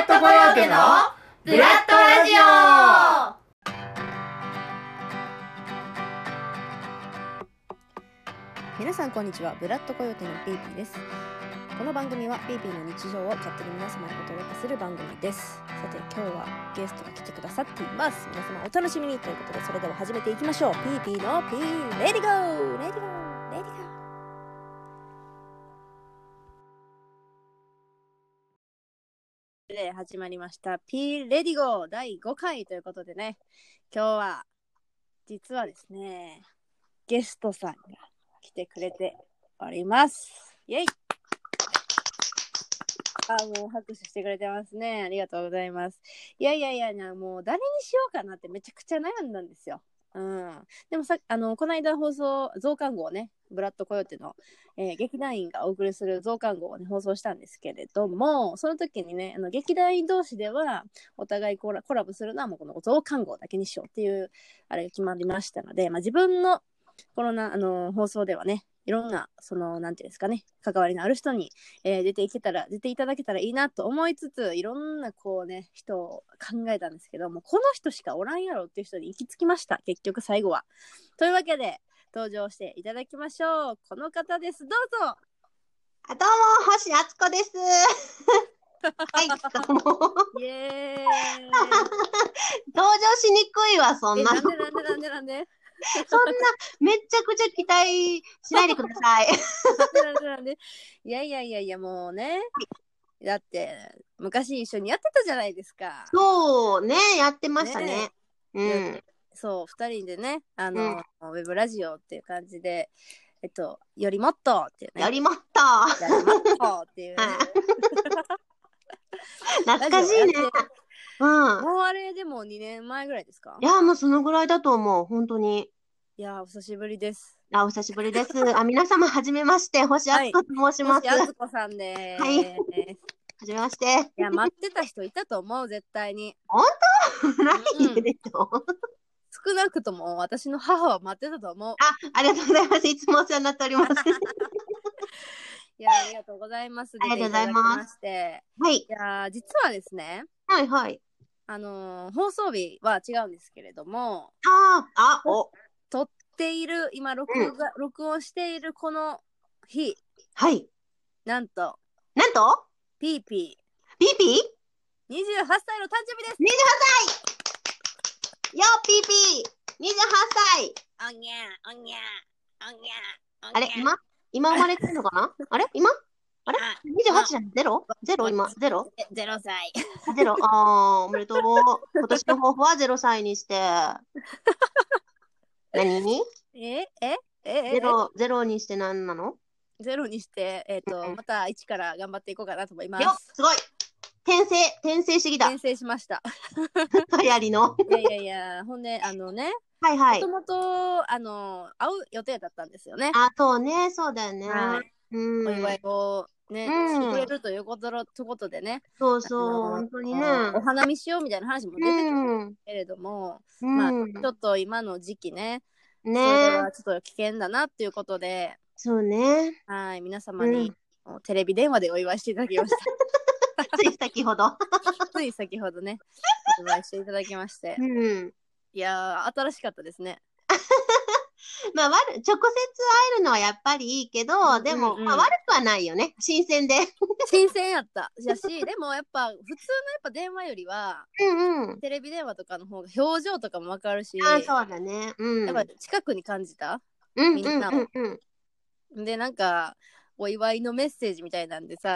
ットコヨーテのブラッドラジオ。 皆さんこんにちは。ブラッドコヨーテのピーピーです。この番組はピーピーの日常を勝手に皆様にお届けする番組です。さて今日はゲストが来てくださっています。皆様お楽しみにということで、それでは始めていきましょう。ピーピーのピーレディゴーレディゴーレディゴー。で始まりましたピーレディゴー第5回ということでね、今日は実はですね、ゲストさんが来てくれております。イエイ。もう拍手してくれてますね。ありがとうございます。いやもう誰にしようかなってめちゃくちゃ悩んだんですよ。でもこの間放送増刊号をね、ブラッドコヨーテの、劇団員がお送りする増刊号を、ね、放送したんですけれども、その時にね、劇団員同士ではお互いコラボするのはもうこの増刊号だけにしようっていうあれが決まりましたので、自分のこの放送ではね、いろんななんていうんですかね、関わりのある人に、出ていただけたらいいなと思いつつ、いろんな人を考えたんですけども、この人しかおらんやろっていう人に行き着きました。結局最後は。というわけで登場していただきましょう。この方です。どうぞ。 どうも、星敦子です。はい、どうも。 イエーイ。 登場しにくいわ、そんな。 なんでそんな、めちゃくちゃ期待しないでください。 なんでいや、もうね。だって、昔一緒にやってたじゃないですか。 そうね、やってましたね。 そう、2人でね、ウェブラジオっていう感じで、よりもっとっていうね。 よりもっとっていうね。 懐かしいね。 もうあれでも2年前ぐらいですか？ いや、もうそのぐらいだと思う、本当に。 いや、お久しぶりです。 お久しぶりです。皆様、はじめまして、星敦子と申します。 星敦子さんです。はい。 はじめまして。 いや、待ってた人いたと思う、絶対に。 本当？何でしょう。 少なくとも私の母は待ってたと思う。 ありがとうございます。いつもお世話になっております。 いや、ありがとうございます。 ありがとうございます。 はい。いや、実はですね。 はいはい。 放送日は違うんですけれども。撮っている、今録音しているこの日。 はい。 なんとピーピー28歳の誕生日です。 28歳よ、ピーピー28歳。 おにゃあれ、今生まれてるのかな？あれ今あれ ?28 じゃん。ゼロ今。ゼロ歳。 ゼロ。おめでとう。今年の抱負は0歳にして。何に？ゼロにして何なの？ ゼロにして、また1から頑張っていこうかなと思います。 すごい。転生してきた。 転生しました。 流行りの。 いや、ほんで、 はいはい。 もともと、会う予定だったんですよね。 そうね、そうだよね。 お祝いをね、してくれるということでね。 そうそう、本当にね。 お花見しようみたいな話も出てくるけれども、ちょっと今の時期ね、それはちょっと危険だなっていうことで、 そうね。 はい、皆様にテレビ電話でお祝いしていただきました。 つい先ほどね、お祝いしていただきまして。いやー、新しかったですね。 直接会えるのはやっぱりいいけど、でも、悪くはないよね。新鮮で。 新鮮やった。でもやっぱ、普通のやっぱ電話よりは、テレビ電話とかの方が表情とかもわかるし、 そうだね。 やっぱ近くに感じた。みんなを。で、なんか、お祝いのメッセージみたいなんでさ、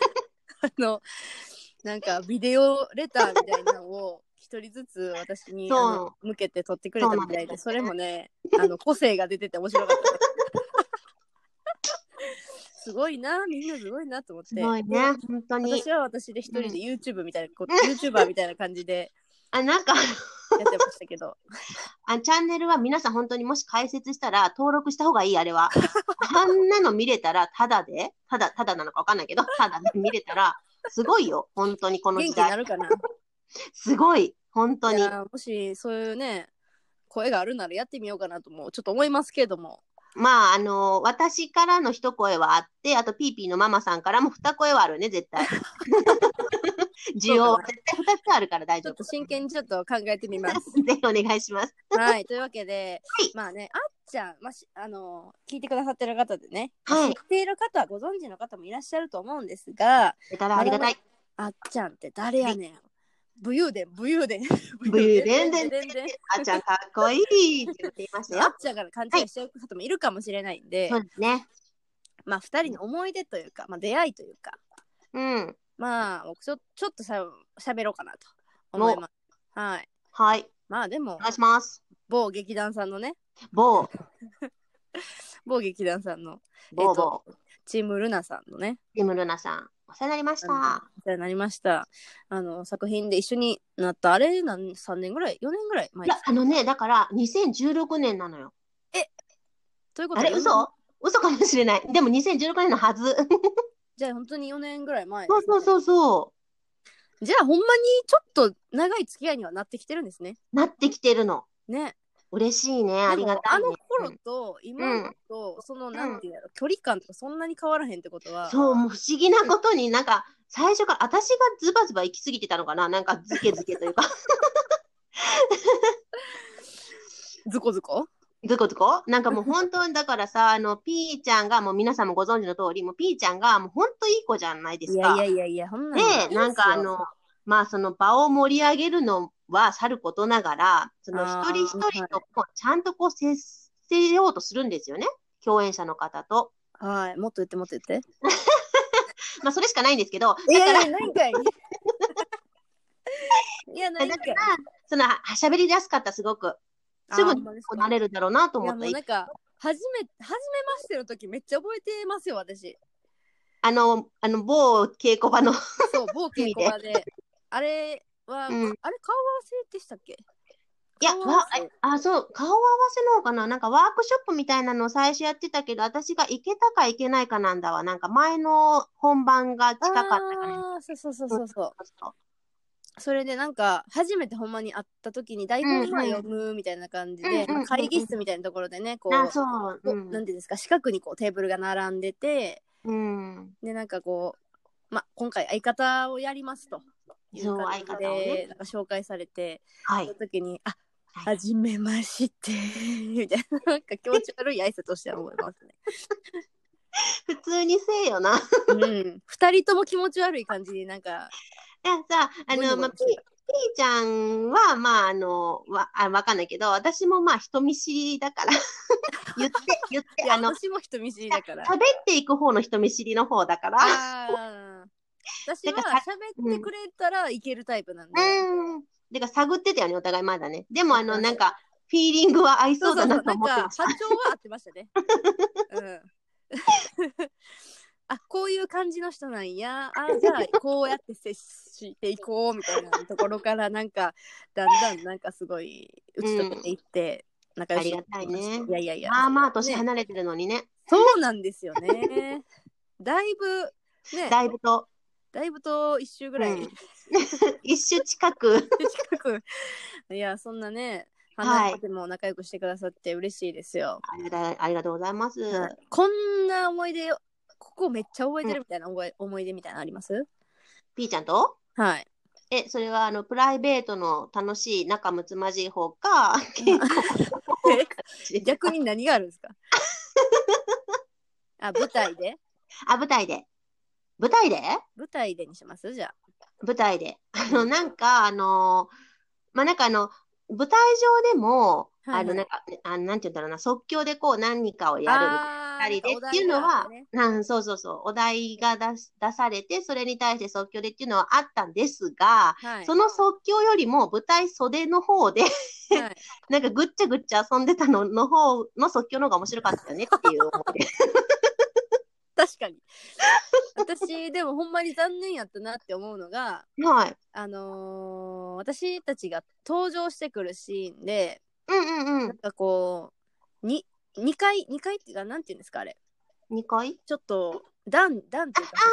なんかビデオレターみたいなのを一人ずつ私に向けて撮ってくれたみたいで、それもね、個性が出てて面白かった、ね。すごいな、みんなすごいなと思って。 すごいね、本当に。 私は私で一人で YouTuber みたいな感じで。 なんかやってましたけど。 チャンネルは皆さん本当にもし開設したら登録した方がいい、あれは。あんなの見れたらただなのか分かんないけど、ただで見れたらすごいよ、本当にこの時代。 元気になるかな。 すごい、本当に。 もしそういうね、声があるならやってみようかなとちょっと思いますけども。 私からの一声はあって、あとピーピーのママさんからも二声はあるね、絶対。 需要は絶対2つあるから大丈夫。 ちょっと真剣にちょっと考えてみます。 ぜひお願いします。 はい、というわけで、 はいまあね、あっちゃん、聞いてくださってる方でね、 はい知っている方、ご存知の方もいらっしゃると思うんですが、 出たらありがたい。 あっちゃんって誰やねん。武勇伝。 武勇伝であっちゃんかっこいいって言っていましたよ。 あっちゃんから勘違いしちゃう方もいるかもしれないんで、 そうですね。 まあ2人の思い出というか、まあ、出会いというか、 うん。 まあ僕ちょっと喋ろうかなと思います。はい。 はい。 まあでもお願いします。 某劇団さんのね、 某劇団さんのチームルナさんのね、 チームルナさん、お世話になりました。 お世話になりました。作品で一緒になったあれ3年ぐらい4年ぐらい前いや、だから2016年なのよ。 ということあれ、嘘かもしれない。でも2016年のはず。 じゃあ本当に4年ぐらい前、 ね。そう。 じゃあほんまにちょっと長い付き合いにはなってきてるんですね。 なってきてるの。 ね。 嬉しいね。ありがたいね。 あの頃と今と、そのなんていうの、距離感とかそんなに変わらへんってことは。 そう、もう不思議なことになんか、最初から私がズバズバ行き過ぎてたのかな、なんかズケズケというか。 ズコズコなんかもう本当にだからさ、ピーちゃんがもう皆さんもご存知の通り、もうピーちゃんがもう本当いい子じゃないですか。 いや、ほんなんで、なんかまあその場を盛り上げるのはさることながら、その一人一人ともちゃんとこう接せようとするんですよね。共演者の方と。 はい、もっと言って。 まあそれしかないんですけど、 いや、ないかい。いや、ないかい。 だから、その喋りやすかった、すごく。すぐになれるだろうなと思った。 いや、もうなんか、初めましての時めっちゃ覚えてますよ、私。 某稽古場の。 そう、某稽古場で。あれは、あれ顔合わせでしたっけ？ いや、そう、顔合わせの方かな。なんかワークショップみたいなのを最初やってたけど、私が行けたか行けないかなんだわ。なんか前の本番が近かったから。 そう。それでなんか初めてほんまに会った時に台本は読むみたいな感じで、会議室みたいなところでね、こう、なんていうんですか、四角にこうテーブルが並んでて、でなんかこう、今回相方をやりますという感じでなんか紹介されて、その時にはじめましてみたいな、なんか気持ち悪い挨拶をして思いますね。 普通にせえよな。 二人とも気持ち悪い感じでなんか。 いやさ、ピーちゃんは、まあ、わかんないけど、私もまあ、人見知りだから。言って、 私も人見知りだから。 喋っていく方の人見知りの方だから。 私は喋ってくれたらいけるタイプなんで。 だから探ってたよね、お互いまだね。でも、なんか、フィーリングは合いそうだなと思ってました。 波長は合ってましたね。こういう感じの人なんや。じゃあこうやって接していこうみたいなところからなんかだんだんなんかすごい打ち解けていって仲良し。 ありがたいね。 いや。 まあ年離れてるのにね。 そうなんですよね。だいぶね。 だいぶと一周ぐらい。 一周近く。 いや、そんなね。離れても仲良くしてくださって嬉しいですよ。 ありがとうございます。 こんな思い出ここめっちゃ覚えてるみたいな思い出みたいなのあります？ ピーちゃんと？ はい。 それはプライベートの楽しい仲睦まじい方か、 逆に何があるんですか？舞台で？ 舞台でにします？じゃあ。 舞台で。なんか舞台上でも、なんて言うんだろうな、即興でこう何かをやるみたいなっていうのは、そう、お題が出されて、それに対して即興でっていうのはあったんですが、その即興よりも舞台袖の方で、なんかぐっちゃぐっちゃ遊んでたの方の即興の方が面白かったよねっていう思いで。 確かに。私、でもほんまに残念やったなって思うのが、私たちが登場してくるシーンで、なんかこう、2回っていうか、なんていうんですか、あれ。 2回？ ちょっと、段っていうか、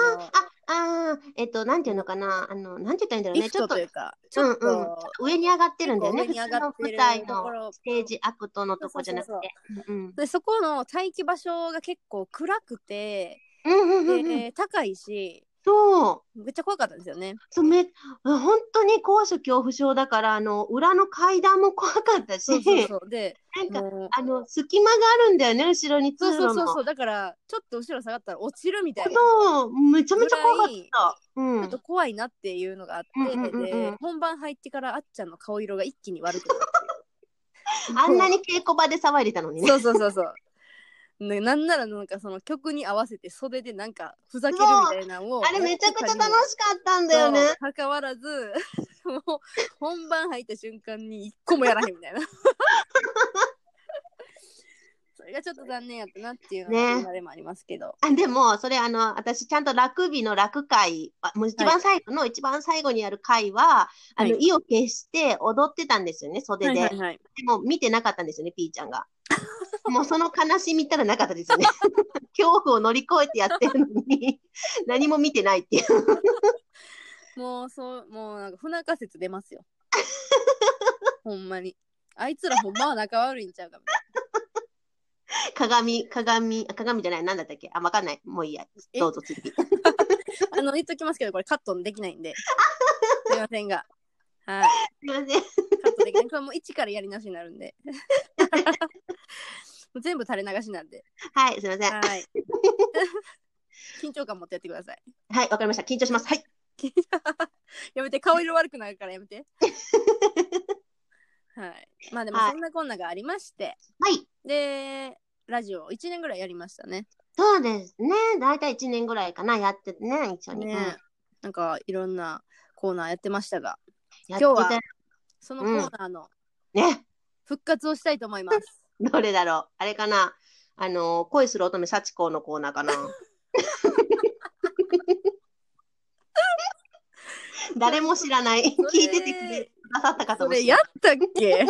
なんていうのかな、なんて言ったらいいんだろうね。 ちょっと上に上がってるんだよね。 上に上がってる舞台のステージアクトのとこじゃなくて。 で、そこの待機場所が結構暗くて、高いし、 そう。 めっちゃ怖かったんですよね。 そう本当に高所恐怖症だから、裏の階段も怖かったし、 そうそうそう。で、 なんか、 もう、 隙間があるんだよね、後ろにそう通路の。 そうそうそう。だから、ちょっと後ろ下がったら落ちるみたいな。 そう、めちゃめちゃ怖かっぐらいた。うちょっん。 と怖いなっていうのがあって、で、本番入ってからあっちゃんの顔色が一気に悪くなって。 あんなに稽古場で騒いでたのにね。 そうそうそうそう。ね、なんならなんかその曲に合わせて袖でなんかふざけるみたいなのをあれめちゃくちゃ楽しかったんだよね。 かかわらずもう本番入った瞬間に一個もやらへんみたいなそれがちょっと残念やったなっていうのが今でもありますけど、 でもそれ私ちゃんと落日の落会もう一番最後の、一番最後にある会は意を決して踊ってたんですよね、袖で、でも見てなかったんですよね、ピーちゃんがもうその悲しみったらなかったですよね恐怖を乗り越えてやってるのに何も見てないっていうもうなんか不仲説出ますよほんまにあいつらほんまは仲悪いんちゃうかみたい鏡じゃない、なんだったっけ、わかんない、もういいや、どうぞ次言っときますけど、これカットできないんですいませんが、はい、 すいません、 カットできない、これもう一からやり直しになるんでもう全部垂れ流しなんで、 はい、すいません、 はい緊張感持ってやってください。 はい、わかりました、緊張します、はいやめて、顔色悪くなるからやめてはい、まあでもそんなこんながありまして、 はい、 でラジオ1年ぐらいやりましたね。 そうですね、だいたい1年ぐらいかな、やっててね、一緒にね、 なんかいろんなコーナーやってましたが、今日はそのコーナーの復活をしたいと思います、 どれだろう、あれかな、恋する乙女幸子のコーナーかな誰も知らない。聞いててくださった方もそれやったっけ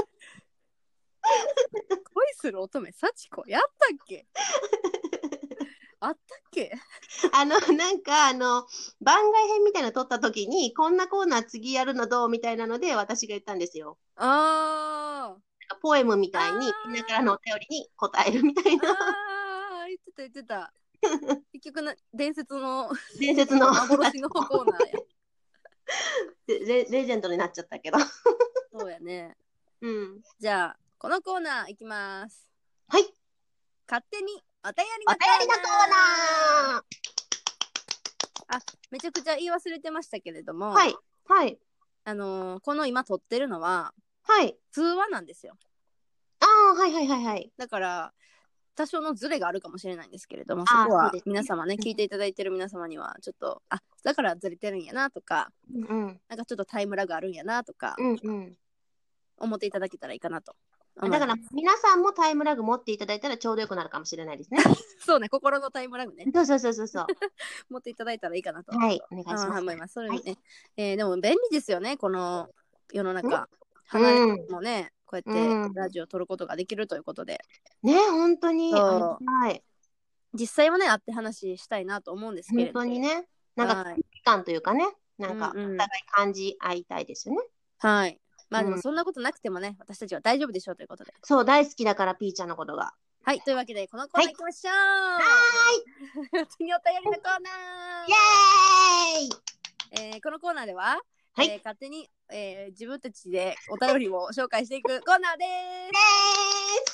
恋する乙女幸子やったっけあったっけなんか番外編みたいなの撮った時にこんなコーナー次やるのどうみたいなので私が言ったんですよ。ポエムみたいにみんなからのお便りに答えるみたいな。 言ってた結局伝説の幻のコーナーやレジェンドになっちゃったけどそうやね。 じゃあこのコーナーいきます。 はい。 勝手にお便りのコーナー。 めちゃくちゃ言い忘れてましたけれども、 はいはいこの今撮ってるのは通話なんですよ。 はいだから多少のズレがあるかもしれないんですけれども、そこは皆様ね、聞いていただいてる皆様にはちょっとだからずれてるんやなとか、なんかちょっとタイムラグあるんやなとか、思っていただけたらいいかなと。 だから皆さんもタイムラグ持っていただいたらちょうどよくなるかもしれないですね。 そうね、心のタイムラグね。 そう持っていただいたらいいかなと。 はいお願いします。 思います。それね、でも便利ですよね、この世の中。離れてもね、こうやってラジオを撮ることができるということで。 ね、本当に。 実際はね、会って話したいなと思うんですけれど。 本当にね。なんか、空気感というかね、なんか、お互い感じ合いたいですよね。 はい。まあでもそんなことなくてもね、私たちは大丈夫でしょうということで。 そう、大好きだから、ピーちゃんのことが。 はい、というわけで、このコーナー行きましょう。次お便りのコーナー。イエーイこのコーナーでは、勝手に、自分たちでお便りを紹介していくコーナーです。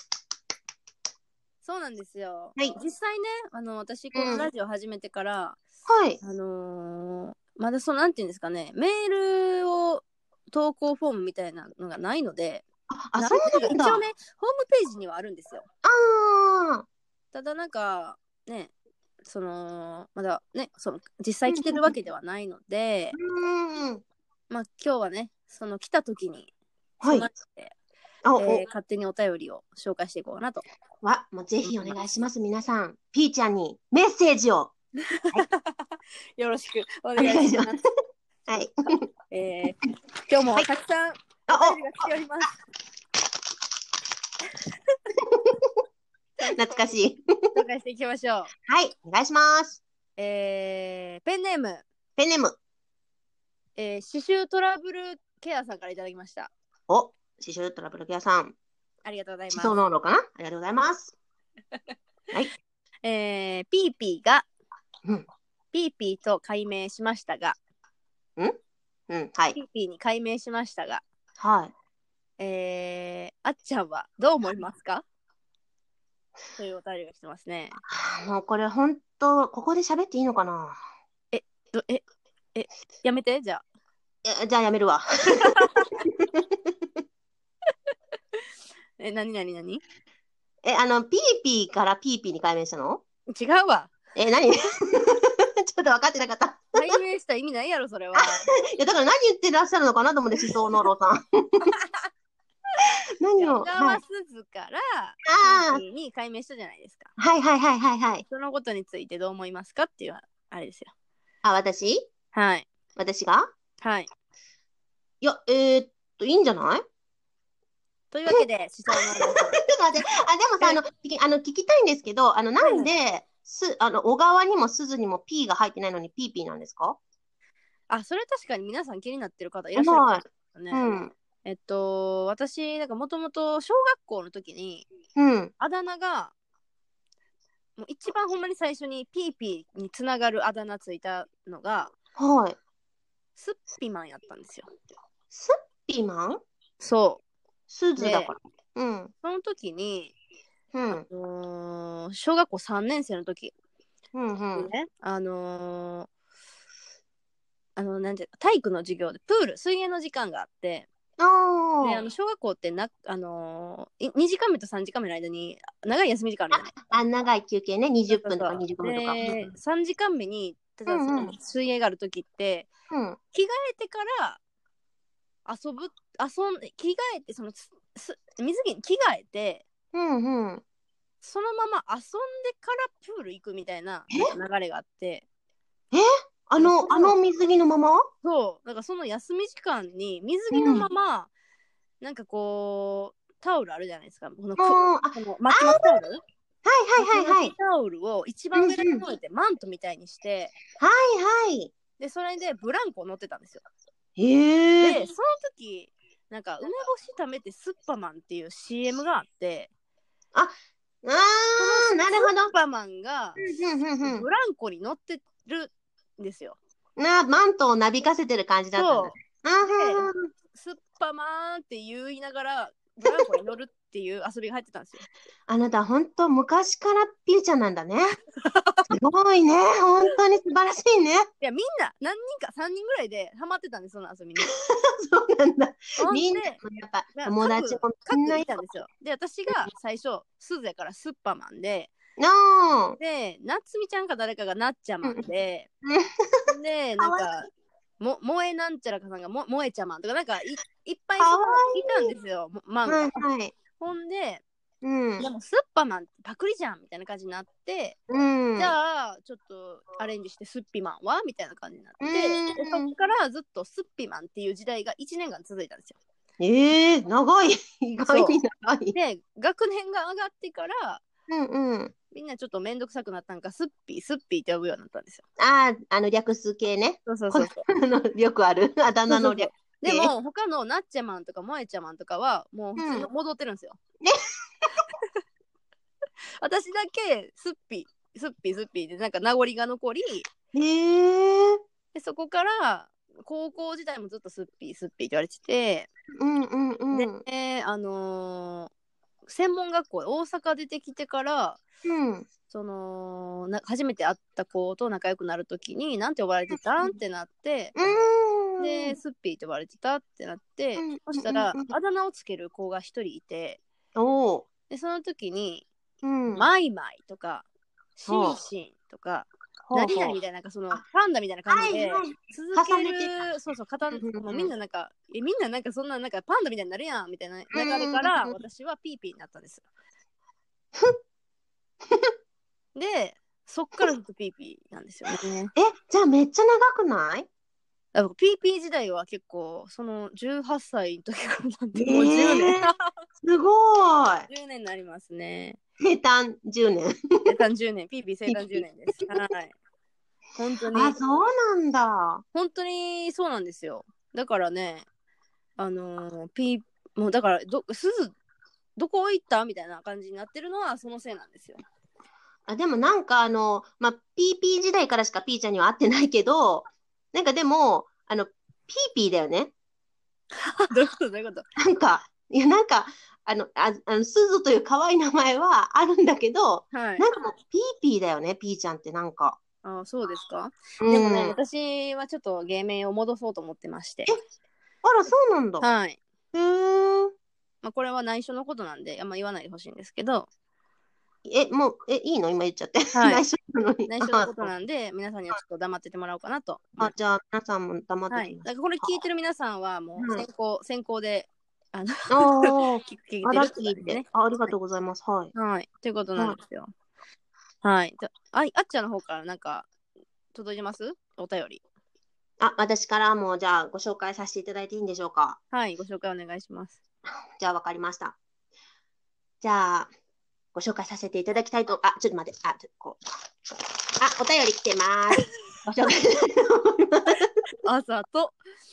そうなんですよ。実際ね、私このラジオ始めてから、まだなんていうんですかね、メールを投稿フォームみたいなのがないので、 そうなんだ。 一応ね、ホームページにはあるんですよ。ただなんかね、まだね、実際来てるわけではないので、まあ今日はね、来た時に備えて、勝手にお便りを紹介していこうなと。 もうぜひお願いします、皆さん。ピーちゃんにメッセージを。 よろしくお願いします。 はい。 今日もたくさんお便りが来ております。 懐かしい。 紹介していきましょう。 はい、お願いします。 ペンネーム。刺繍トラブルケアさんからいただきました。 刺繍トラブルケアさん。 ありがとうございます。 そうなのかな？ありがとうございます。はい。 ピーピーが、 ピーピーと改名しましたが、 うん、はい。 ピーピーに改名しましたが、 はい。 あっちゃんはどう思いますかというお便りが来てますね。 もうこれ本当、ここで喋っていいのかな。 やめて、じゃあ。 じゃあやめるわ。 何ピーピーからピーピーに改名したの？ 違うわ。 何ちょっと分かってなかった。 改名した意味ないやろ、それは。 いや、だから何言ってらっしゃるのかなと思って、思想のろさん。何を。 小川鈴からピーピーに改名したじゃないですか。 はいはいはいはいはい。 そのことについてどう思いますかっていうあれですよ。 私がはい。 いや、いいんじゃない？ というわけで、思想のろさん。 ちょっと待って。でもさ、聞きたいんですけど、なんで、小川にも鈴にも P が入ってないのにピーピーなんですか？ それ確かに皆さん気になってる方いらっしゃるんですよね。 うん。 私、もともと小学校の時に、あだ名が、もう一番ほんまに最初にピーピーにつながるあだ名ついたのが、 はい。 スッピマンやったんですよ。 スッピマン？ そう。 鈴だから。 その時に、 小学校3年生の時、 ね、 なんて体育の授業で水泳の時間があって、で小学校って2時間目と3時間目の間に長い休み時間ある。 長い休憩ね、20分とか25分とか。 3時間目に例えば水泳がある時って、着替えてから着替えて水着に着替えて、そのまま遊んでからプール行くみたいな流れがあって、 水着のまま？ そう、その休み時間に水着のまま、なんかこうタオルあるじゃないですか、この巻き巻きタオル、はいタオルを一番上に置いてマントみたいにして、でそれでブランコ乗ってたんですよ。でその時なんか梅干し食べてスッパマンっていう CM があって、 なるほど。 スッパマンがブランコに乗ってるんですよ。 マントをなびかせてる感じだったんだ。 スッパマンって言いながらブランコに乗るっていう遊びが入ってたんですよ。 あなた本当昔からピーちゃんなんだね。すごいね、本当に素晴らしいね。いや、みんな何人か3人ぐらいでハマってたんです、その遊びに。 そうなんだ。みんなやっぱ友達もみんないたんですよ。で、私が最初スズやからスッパマンで、で、なつみちゃんか誰かがなっちゃマンで、で、なんか萌えなんちゃらかさんが萌えちゃマンとかなんかいっぱいいたんですよ、マンが。ほんで、でもスッパマンパクリじゃんみたいな感じになって、じゃあちょっとアレンジしてスッピマンはみたいな感じになって、でそっからずっとスッピマンっていう時代が1年間続いたんですよ。 長い。意外に長い。 で、学年が上がってから、みんなちょっとめんどくさくなったんか、スッピーって呼ぶようになったんですよ。 略数形ね。 そうよくあるあだ名の略。 でも他のナッチャマンとかモエチャマンとかはもう普通に戻ってるんですよ。私だけスッピーでなんか名残が残り、でそこから高校時代もずっとスッピーって言われてて、で専門学校大阪出てきてから、初めて会った子と仲良くなるときになんて呼ばれてたんってなって、でスッピーって呼ばれてたってなって、そしたらあだ名をつける子が一人いて、でその時にマイマイとかシンシンとか何々みたいな、そのパンダみたいな感じで続ける、みんななんかそんななんかパンダみたいになるやんみたいな流れから私はピーピーになったんです。でそっからずっとピーピーなんですよね。 じゃあめっちゃ長くない？ ピーピー時代は結構その18歳の時からなんで、もう10年すごい 10年になりますね。 生誕10年生誕10年ピーピー生誕10年です。はい、本当にそうなんだ。 本当にそうなんですよ。だからね、もうだから鈴どこ行ったみたいな感じになってるのはそのせいなんですよ。 でもなんかPP 時代からしか P ちゃんには会ってないけど、なんかでも、PP だよね。 どういうことどういうこと？ なんか、すずという可愛い名前はあるんだけど、 はい。 なんかもう PP だよね、P ちゃんってなんか。 あ、そうですか？ うん。 でもね、私はちょっと芸名を戻そうと思ってまして。 あら、そうなんだ。 はい。 へー。 まあ、これは内緒のことなんで、あんま言わないでほしいんですけど、 もう、いいの今言っちゃって。 はい内緒なのに。 内緒のことなんで、皆さんにはちょっと黙っててもらおうかなと思います。 じゃあ、皆さんも黙ってはい。 きます。 だからこれ聞いてる皆さんはもう先行で、聞いてるラってッキーで感じね。。 ありがとうございます。はい。 はい。ということなんですよ。はい。あっちゃんの方からなんか届いてます？お便り。 私からも、じゃあ、ご紹介させていただいていいんでしょうか。 はい。ご紹介お願いします。 じゃあ、わかりました。じゃあ、ご紹介させていただきたいと、ちょっと待って、お便り来てます。ご紹介したいと思います。 朝と、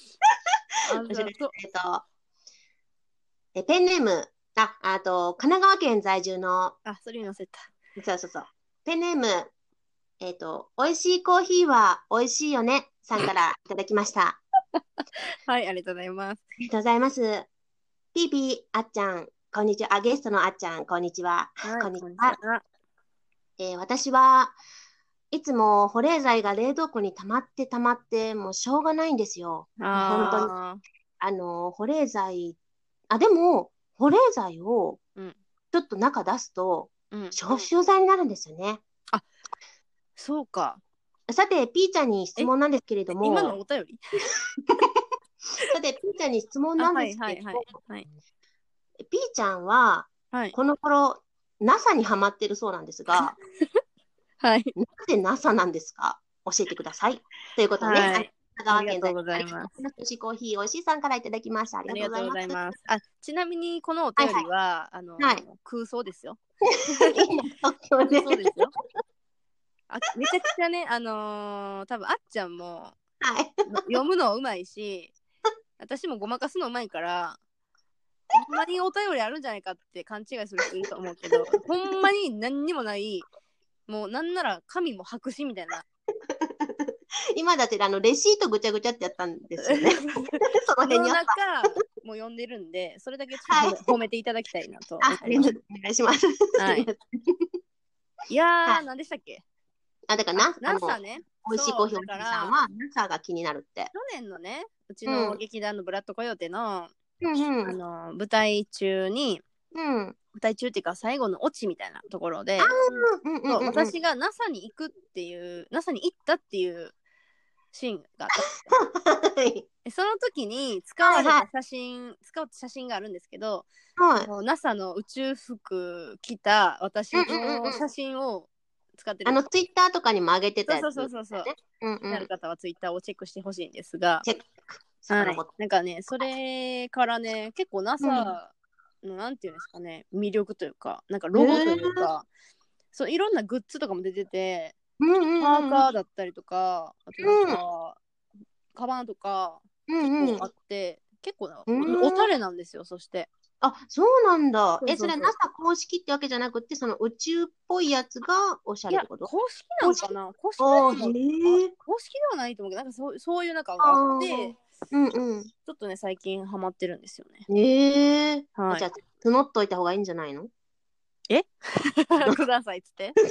ペンネーム、神奈川県在住の、 それに載せた。 そう。ペンネーム、美味しいコーヒーは美味しいよね、さんからいただきました。 はい、ありがとうございます。 ありがとうございます。ピーピー、あっちゃん、こんにちは。ゲストのあっちゃん、こんにちは。 はい、 こんにちは。私はいつも保冷剤が冷蔵庫に溜まって、もうしょうがないんですよ。本当に。保冷剤、でも、保冷剤をちょっと中出すと、消臭剤になるんですよね。 そうか。 さて、ピーちゃんに質問なんですけれども。 今のお便りさて、ピーちゃんに質問なんですけれども。ピーちゃんは、この頃、NASA にハマってるそうなんですが、 はい。 なぜ NASA なんですか？教えてください。ということね。 はい。 香川県ありがとうございます。 美味しいコーヒー、おいしいさんからいただきました。ありがとうございます。 ちなみに、このお便りは、空想ですよ。 そうですよ。 めちゃくちゃね、多分あっちゃんも、読むのうまいし、私もごまかすのうまいから、ほんまにお便りあるんじゃないかって勘違いする人いると思うけど、ほんまに何にもない、もうなんなら紙も白紙みたいな。 今だってレシートぐちゃぐちゃってやったんですよね。その辺にあった。もう読んでるんで、それだけちょっと褒めていただきたいなと。 お願いします。 はい。いやー、何でしたっけ？ だから NASA ね。 美味しいコーヒーおじさんは NASA が気になるって。 去年のね、うちの劇団のブラッドコヨーテの、舞台中に、舞台中っていうか最後のオチみたいなところで、私が NASA に行ったっていうシーンがあったんですよ。その時に使われた写真があるんですけど、NASA の宇宙服着た私の写真を使ってる。 ツイッターとかにも上げてたやつ。 そう。ある方はツイッターをチェックしてほしいんですが、なんかね、それからね、結構 NASA のなんていうんですかね、魅力というか、なんかロゴというか、そういろんなグッズとかも出てて、パーカーだったりとか、あとなんか、カバンとか結構あって、結構おしゃれなんですよ。そしてそうなんだ。それは NASA 公式ってわけじゃなくて、その宇宙っぽいやつがおしゃれってこと？ 公式なのかな？公式ではないと思うけど、なんかそういうなんかがあって、ちょっとね、最近ハマってるんですよね。 じゃあ、募っといた方がいいんじゃないの？ くださいっつって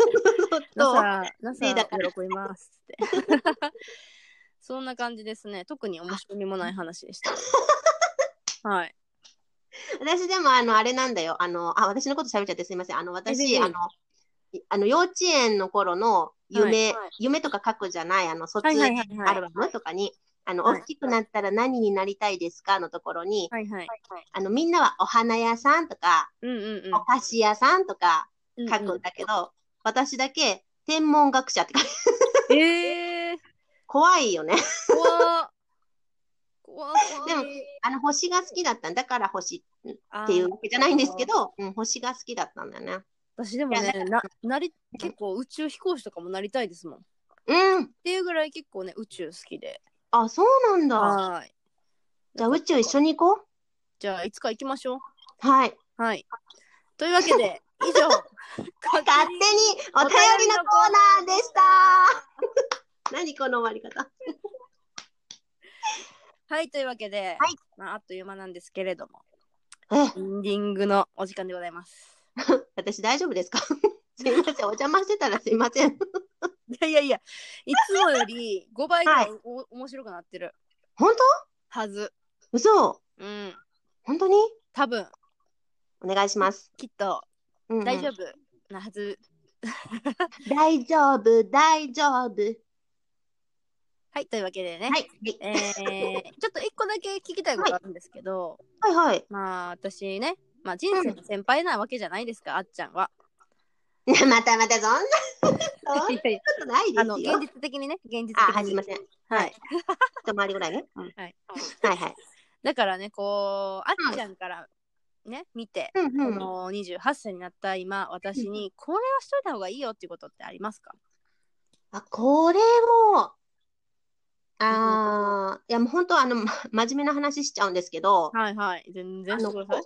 。NASA 喜びますって。そんな感じですね。特に面白みもない話でした。はい。 私でもあれなんだよ。私のこと喋っちゃってすみません。私、幼稚園の頃の夢とか書くじゃない、卒業アルバムとかに、大きくなったら何になりたいですかのところに、みんなはお花屋さんとか、お菓子屋さんとか書くんだけど、私だけ天文学者って書いて怖いよね。でも星が好きだったんだから星っていうわけじゃないんですけど、星が好きだったんだよね。 私でもね、結構宇宙飛行士とかもなりたいですもん。っていうぐらい結構ね、宇宙好きで。 そうなんだ。じゃあ宇宙一緒に行こう。 じゃあいつか行きましょう。 はい。 というわけで以上、 勝手にお便りのコーナーでした。何この終わり方。 はい、というわけで、 はいまあ、あっという間なんですけれども、 え、 エンディングのお時間でございます。 私大丈夫ですか？すいません、お邪魔してたらすいません。 いや、いつもより5倍ぐらいはい面白くなってる本はず。 当？嘘？ うん、 本当に？ 多分、 お願いします。 きっとうんうん大丈夫なはず。 大丈夫、大丈夫。 はい、というわけでね、 はい。 ちょっと一個だけ聞きたいことあるんですけど、 はいはい。 まあ私ね、まあ人生の先輩なわけじゃないですか、あっちゃんは。 またそんなことないですよ。 現実的にね、現実的に。 はい、すいません。 はい。 一回りぐらいね。 はい。 はいはい。 だからね、こう、あっちゃんからね、見て、 うんうん。 この28歳になった今、私にこれはしといた方がいいよっていうことってありますか？ これも、いやもう本当真面目な話しちゃうんですけど、 はいはい、全然してください。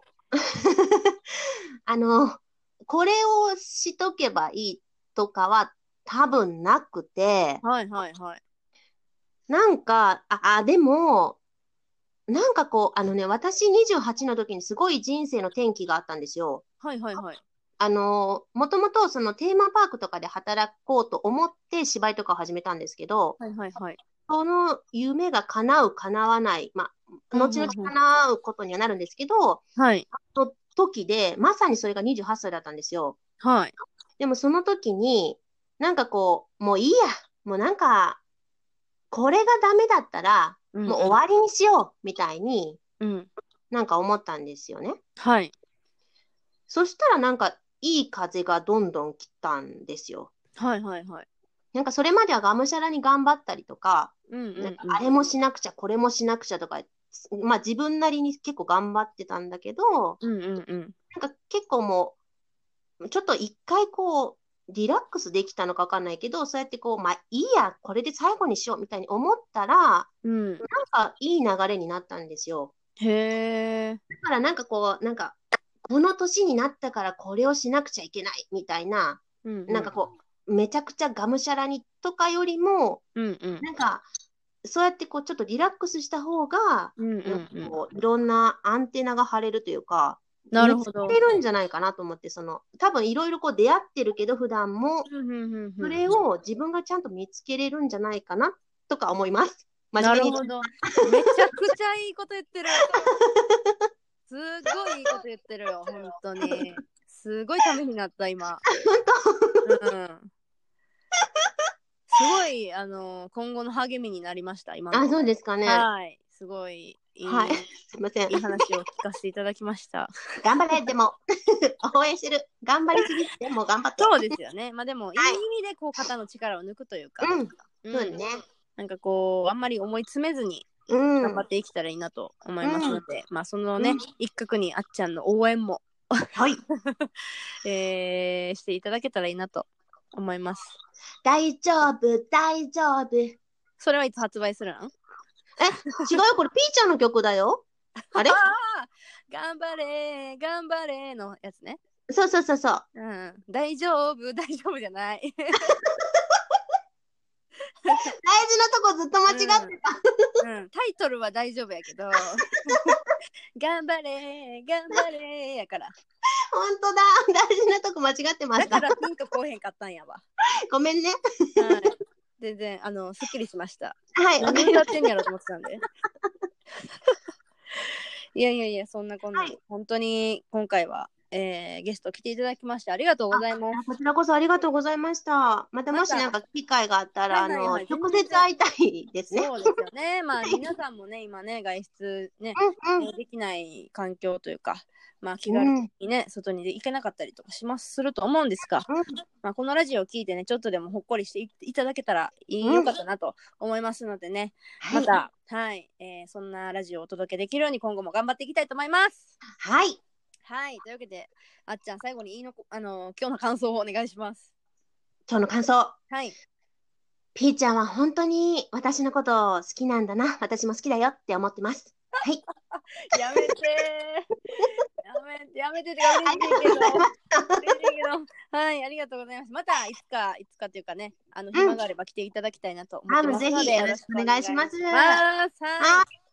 これをしとけばいいとかは多分なくて、 はいはいはい。 なんか、でも、なんかこう、私28の時にすごい人生の転機があったんですよ。 はいはいはい。 もともとそのテーマパークとかで働こうと思って芝居とかを始めたんですけど、 はいはいはい。 その夢が叶う、叶わない、まあ、後々叶うことにはなるんですけど、 はい。 の時で、まさにそれが28歳だったんですよ。 はい。 でもその時に、なんかこう、もういいや、もうなんか、これがダメだったら、もう終わりにしよう、みたいに、なんか思ったんですよね。 はい。 そしたらなんか、いい風がどんどん来たんですよ。 はいはいはい。 なんかそれまではがむしゃらに頑張ったりとか、なんかあれもしなくちゃ、これもしなくちゃとか、まあ自分なりに結構頑張ってたんだけど、なんか結構もう、ちょっと一回こう、リラックスできたのかわかんないけど、そうやってこう、まあいいや、これで最後にしようみたいに思ったら、なんかいい流れになったんですよ。 へー。 だからなんかこう、なんか、この年になったからこれをしなくちゃいけないみたいな、なんかこう、めちゃくちゃがむしゃらにとかよりも、なんか、そうやってこう、ちょっとリラックスした方が、なんかこういろんなアンテナが張れるというか、 なるほど。 見つけれるんじゃないかなと思って、多分いろいろこう出会ってるけど、普段も、それを自分がちゃんと見つけれるんじゃないかなとか思います。真面目に。 なるほど。めちゃくちゃいいこと言ってる。すごいいいこと言ってるよ、本当に。すごいためになった、今。すごい、今後の励みになりました、今の。 そうですかね。 はい。すごいいい、 すいません。 いい話を聞かせていただきました。 頑張れ、でも、応援してる。頑張りすぎて、もう頑張って。 そうですよね。まあでも、いい意味でこう肩の力を抜くというか。 そうですね。 なんかこう、あんまり思い詰めずに、頑張っていけたらいいなと思いますので、まあそのね、一角にあっちゃんの応援もはい。 していただけたらいいなと思います。 大丈夫、大丈夫。 それはいつ発売するの？ 違うよ、これピーちゃんの曲だよ。あれ頑張れ、頑張れのやつね。 そう。 大丈夫、大丈夫じゃない。 大事なとこずっと間違ってた。 タイトルは大丈夫やけど、頑張れ、頑張れやから。 ほんとだ、大事なとこ間違ってました。 だからピンとこうへんかったんやわ。 ごめんね。 はい。全然、すっきりしました。 はい、 何歌ってんやろと思ってたんで。いや、そんなこんな、本当に今回は、ゲスト来ていただきましてありがとうございます。 こちらこそありがとうございました。またもしなんか機会があったら、直接会いたいですね。 そうですよね。まあ皆さんもね、今ね、外出ね、できない環境というか、まあ気軽にね、外に行けなかったりとかすると思うんですが、まあこのラジオを聞いてね、ちょっとでもほっこりしていただけたらよかったなと思いますのでね、また、そんなラジオをお届けできるように今後も頑張っていきたいと思います。 はい。 はい、というわけで、あっちゃん、最後に今日の感想をお願いします。 今日の感想。 はい。 ピーちゃんは本当に私のことを好きなんだな。私も好きだよって思ってます。はい。 やめてやめてて嬉しいけど。嬉しいけど。はい、ありがとうございます。またいつかというかね、暇があれば来ていただきたいなと思ってますので、 ぜひよろしくお願いします。 はい。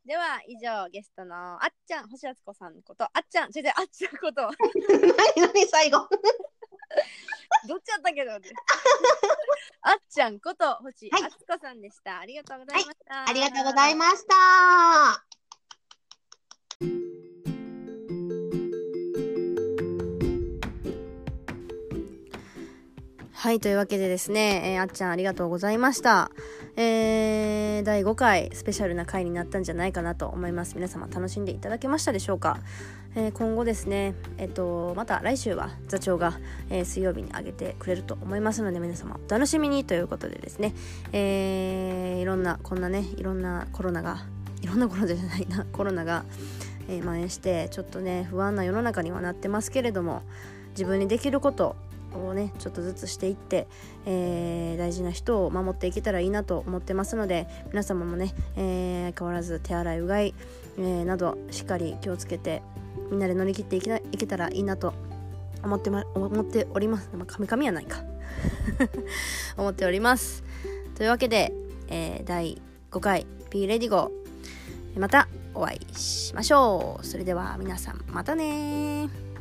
では以上ゲストのあっちゃん、星敦子さんことあっちゃん、あっちゃんこと何最後どっちゃったけど、あっちゃんこと星敦子さんでした。ありがとうございました。 ありがとうございました。 はい、というわけでですね、あっちゃんありがとうございました。第5回スペシャルな回になったんじゃないかなと思います。皆様楽しんでいただけましたでしょうか。今後ですね、また来週は座長が、水曜日に上げてくれると思いますので、皆様お楽しみにということでですね、いろんなコロナが、蔓延してちょっとね不安な世の中にはなってますけれども、自分にできることをねちょっとずつしていって、大事な人を守っていけたらいいなと思ってますので、皆様もね、変わらず手洗いうがい、などしっかり気をつけてみんなで乗り切っていけたらいいなと思っております。神々やないか思っております。というわけで、第5回 P レディゴまたお会いしましょう。それでは皆さんまたね。